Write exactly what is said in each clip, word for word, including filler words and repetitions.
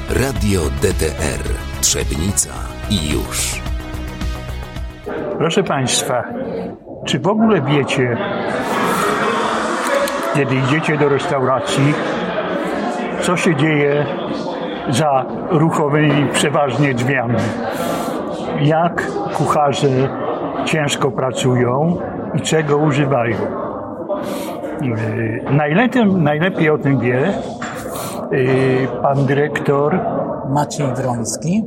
Radio D T R Trzebnica i już. Proszę Państwa, czy w ogóle wiecie, kiedy idziecie do restauracji, co się dzieje za ruchowymi przeważnie drzwiami? Jak kucharze ciężko pracują i czego używają? Najlepiej, najlepiej o tym wie pan dyrektor Maciej Wroński,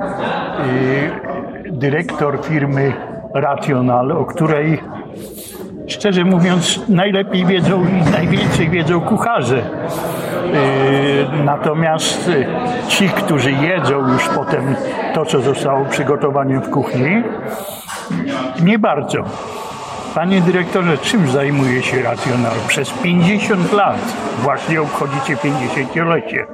dyrektor firmy Rational, o której, szczerze mówiąc, najlepiej wiedzą i najwięcej wiedzą kucharze. Natomiast ci, którzy jedzą już potem to, co zostało przygotowane w kuchni, nie bardzo. Panie dyrektorze, czym zajmuje się Rational? Przez pięćdziesiąt lat właśnie obchodzicie pięćdziesięciolecie.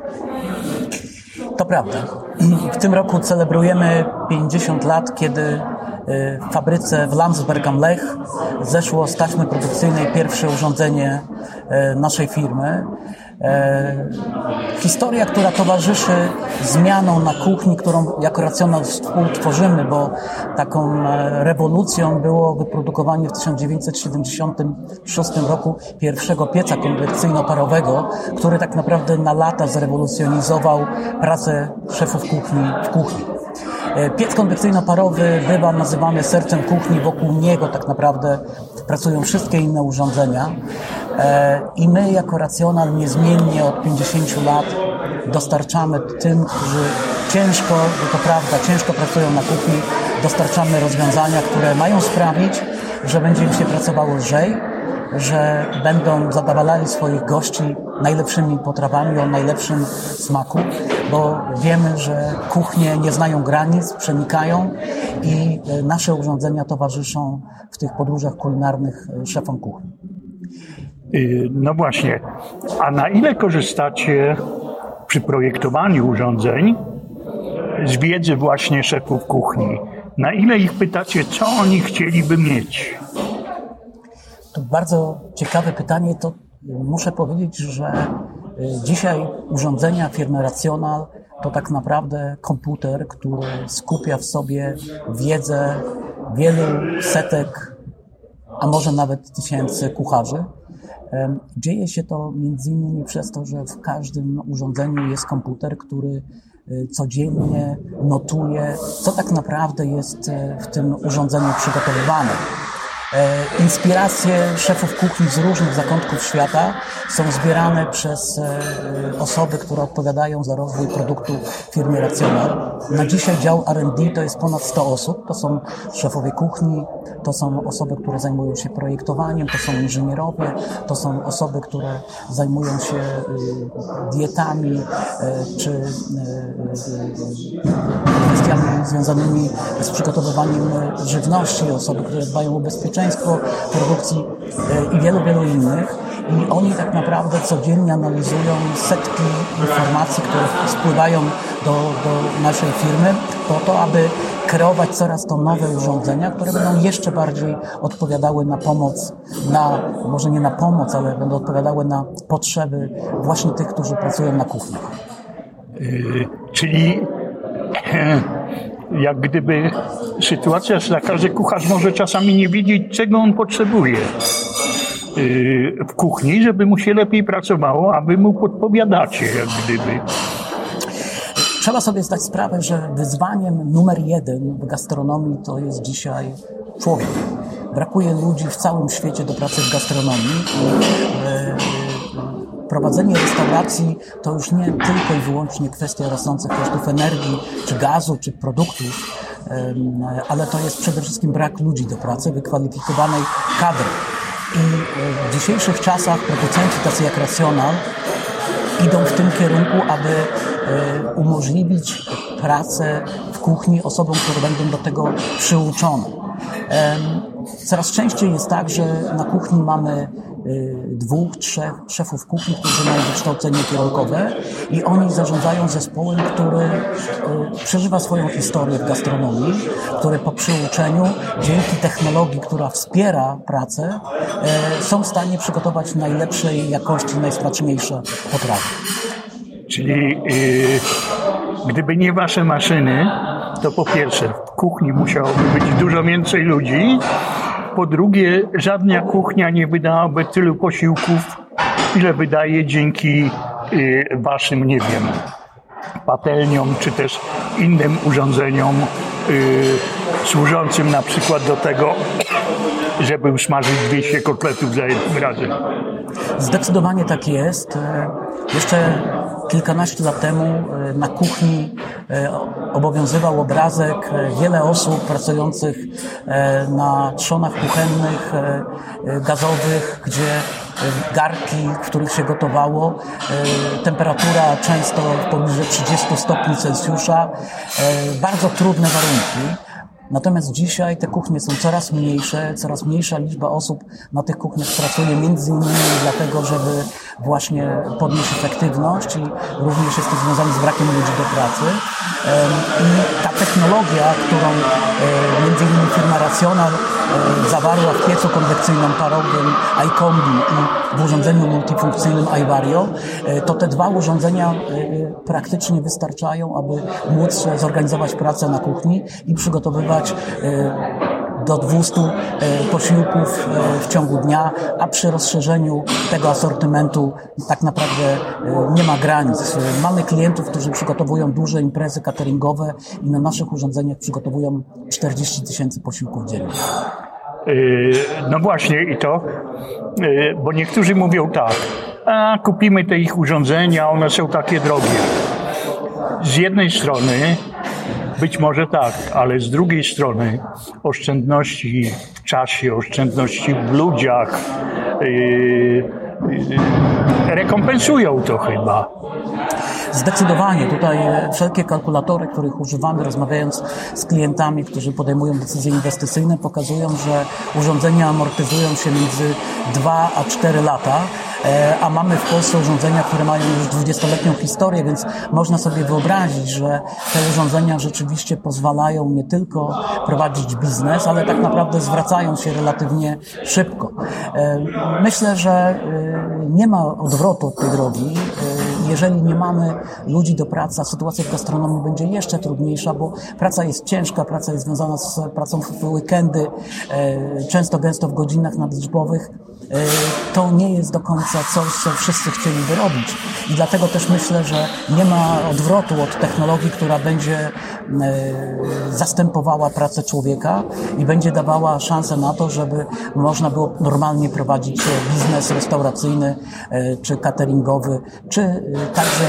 To prawda. W tym roku celebrujemy pięćdziesiąt lat, kiedy w fabryce w Landsberg am Lech zeszło z taśmy produkcyjnej pierwsze urządzenie naszej firmy. Historia, która towarzyszy zmianom na kuchni, którą jako Rational współtworzymy, bo taką rewolucją było wyprodukowanie w tysiąc dziewięćset siedemdziesiątym szóstym roku pierwszego pieca konwekcyjno-parowego, który tak naprawdę na lata zrewolucjonizował pracę szefów kuchni w kuchni. Piec konwekcyjno-parowy bywa nazywany sercem kuchni, wokół niego tak naprawdę pracują wszystkie inne urządzenia i my jako Rational niezmiennie od pięćdziesięciu lat dostarczamy tym, którzy ciężko, bo to prawda, ciężko pracują na kuchni, dostarczamy rozwiązania, które mają sprawić, że będzie im się pracowało lżej, że będą zadowalali swoich gości najlepszymi potrawami o najlepszym smaku, bo wiemy, że kuchnie nie znają granic, przenikają i nasze urządzenia towarzyszą w tych podróżach kulinarnych szefom kuchni. No właśnie, a na ile korzystacie przy projektowaniu urządzeń z wiedzy właśnie szefów kuchni? Na ile ich pytacie, co oni chcieliby mieć? To bardzo ciekawe pytanie. To muszę powiedzieć, że dzisiaj urządzenia firmy Rational to tak naprawdę komputer, który skupia w sobie wiedzę wielu setek, a może nawet tysięcy kucharzy. Dzieje się to między innymi przez to, że w każdym urządzeniu jest komputer, który codziennie notuje, co tak naprawdę jest w tym urządzeniu przygotowywane. Inspiracje szefów kuchni z różnych zakątków świata są zbierane przez osoby, które odpowiadają za rozwój produktu w firmie Rational. Na dzisiaj dział R and D to jest ponad sto osób. To są szefowie kuchni, to są osoby, które zajmują się projektowaniem, to są inżynierowie, to są osoby, które zajmują się dietami czy kwestiami związanymi z przygotowywaniem żywności, osoby, które dbają o bezpieczeństwo produkcji i wielu, wielu innych. I oni tak naprawdę codziennie analizują setki informacji, które spływają do, do naszej firmy po to, aby kreować coraz to nowe urządzenia, które będą jeszcze bardziej odpowiadały na pomoc, na, może nie na pomoc, ale będą odpowiadały na potrzeby właśnie tych, którzy pracują na kuchniach. Yy, czyli jak gdyby sytuacja jest taka, że kucharz może czasami nie wiedzieć, czego on potrzebuje w kuchni, żeby mu się lepiej pracowało, a wy mu podpowiadacie, jak gdyby. Trzeba sobie zdać sprawę, że wyzwaniem numer jeden w gastronomii to jest dzisiaj człowiek. Brakuje ludzi w całym świecie do pracy w gastronomii. Prowadzenie restauracji to już nie tylko i wyłącznie kwestia rosnących kosztów energii, czy gazu, czy produktów, ale to jest przede wszystkim brak ludzi do pracy, wykwalifikowanej kadry. I w dzisiejszych czasach producenci tacy jak Rational idą w tym kierunku, aby umożliwić pracę w kuchni osobom, które będą do tego przyuczone. Coraz częściej jest tak, że na kuchni mamy dwóch, trzech szefów kuchni, którzy mają wykształcenie kierunkowe i oni zarządzają zespołem, który przeżywa swoją historię w gastronomii, który po przyuczeniu, dzięki technologii, która wspiera pracę, są w stanie przygotować najlepszej jakości, najsmaczniejsze potrawy. Czyli yy, Gdyby nie wasze maszyny, to po pierwsze w kuchni musiałoby być dużo więcej ludzi, po drugie żadna kuchnia nie wydałaby tylu posiłków, ile wydaje dzięki y, waszym, nie wiem, patelniom czy też innym urządzeniom y, służącym na przykład do tego, żeby usmażyć dwieście kotletów za jednym razem. Zdecydowanie tak jest. Jeszcze kilkanaście lat temu na kuchni obowiązywał obrazek wiele osób pracujących na trzonach kuchennych, gazowych, gdzie garki, w których się gotowało, temperatura często w pobliżu trzydziestu stopni Celsjusza, bardzo trudne warunki. Natomiast dzisiaj te kuchnie są coraz mniejsze, coraz mniejsza liczba osób na tych kuchniach pracuje, między innymi dlatego, żeby właśnie podnieść efektywność i również jest to związane z brakiem ludzi do pracy. I ta technologia, którą między innymi firma Racjonal zawarła w piecu konwekcyjnym parowym iCombi i w urządzeniu multifunkcyjnym iVario, to te dwa urządzenia praktycznie wystarczają, aby móc zorganizować pracę na kuchni i przygotowywać do dwustu posiłków w ciągu dnia, a przy rozszerzeniu tego asortymentu tak naprawdę nie ma granic. Mamy klientów, którzy przygotowują duże imprezy cateringowe i na naszych urządzeniach przygotowują czterdzieści tysięcy posiłków dziennie. No właśnie i to, bo niektórzy mówią tak, a kupimy te ich urządzenia, one są takie drogie. Z jednej strony być może tak, ale z drugiej strony oszczędności w czasie, oszczędności w ludziach yy, yy, rekompensują to chyba. Zdecydowanie. Tutaj wszelkie kalkulatory, których używamy, rozmawiając z klientami, którzy podejmują decyzje inwestycyjne, pokazują, że urządzenia amortyzują się między dwa a cztery lata, a mamy w Polsce urządzenia, które mają już dwudziestoletnią historię, więc można sobie wyobrazić, że te urządzenia rzeczywiście pozwalają nie tylko prowadzić biznes, ale tak naprawdę zwracają się relatywnie szybko. Myślę, że nie ma odwrotu od tej drogi. Jeżeli nie mamy ludzi do pracy, sytuacja w gastronomii będzie jeszcze trudniejsza, bo praca jest ciężka, praca jest związana z pracą w weekendy, często gęsto w godzinach nadliczbowych. To nie jest do końca coś, co wszyscy chcieliby robić. I dlatego też myślę, że nie ma odwrotu od technologii, która będzie zastępowała pracę człowieka i będzie dawała szansę na to, żeby można było normalnie prowadzić biznes restauracyjny, czy cateringowy, czy także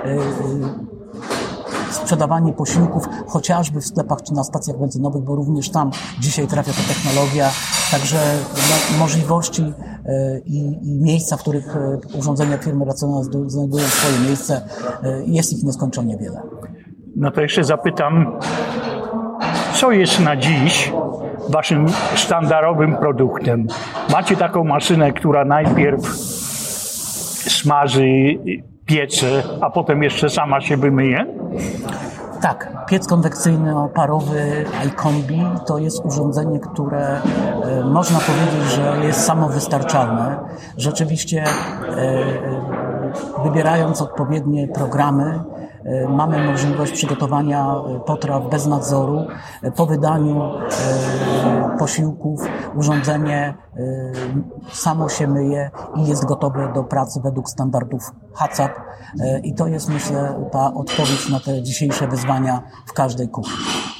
sprzedawanie posiłków chociażby w sklepach czy na stacjach benzynowych, bo również tam dzisiaj trafia ta technologia. Także no, możliwości i, i miejsca, w których urządzenia firmy Racjonal znajdują swoje miejsce, jest ich nieskończenie wiele. No to jeszcze zapytam, co jest na dziś waszym sztandarowym produktem? Macie taką maszynę, która najpierw smaży, piecze, a potem jeszcze sama się wymyje? Tak, piec konwekcyjno-parowy iCombi to jest urządzenie, które e, można powiedzieć, że jest samowystarczalne. Rzeczywiście e, e, wybierając odpowiednie programy, e, mamy możliwość przygotowania potraw bez nadzoru. E, po wydaniu e, posiłków urządzenie e, samo się myje i jest gotowe do pracy według standardów HACCP. E, I to jest, myślę, ta odpowiedź na te dzisiejsze wyzwania w każdej kuchni.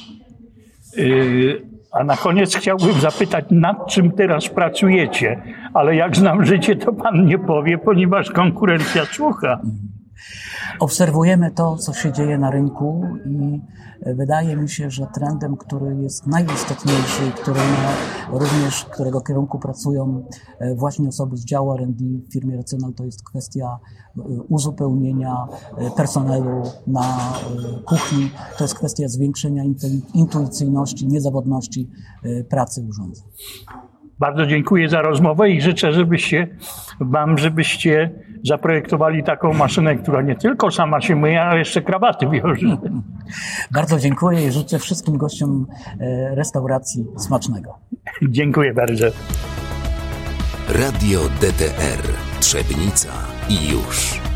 Yy, a na koniec chciałbym zapytać, nad czym teraz pracujecie, ale jak znam życie, to pan nie powie, ponieważ konkurencja słucha. Obserwujemy to, co się dzieje na rynku i wydaje mi się, że trendem, który jest najistotniejszy, który ma również, którego kierunku pracują właśnie osoby z działu R and D w firmie Racjonal, to jest kwestia uzupełnienia personelu na kuchni. To jest kwestia zwiększenia intuicyjności, niezawodności pracy urządzeń. Bardzo dziękuję za rozmowę i życzę, żebyście wam, żebyście zaprojektowali taką maszynę, która nie tylko sama się myje, ale jeszcze krawaty wiąże. Bardzo dziękuję i życzę wszystkim gościom restauracji smacznego. Dziękuję bardzo. Radio D T R Trzebnica i już.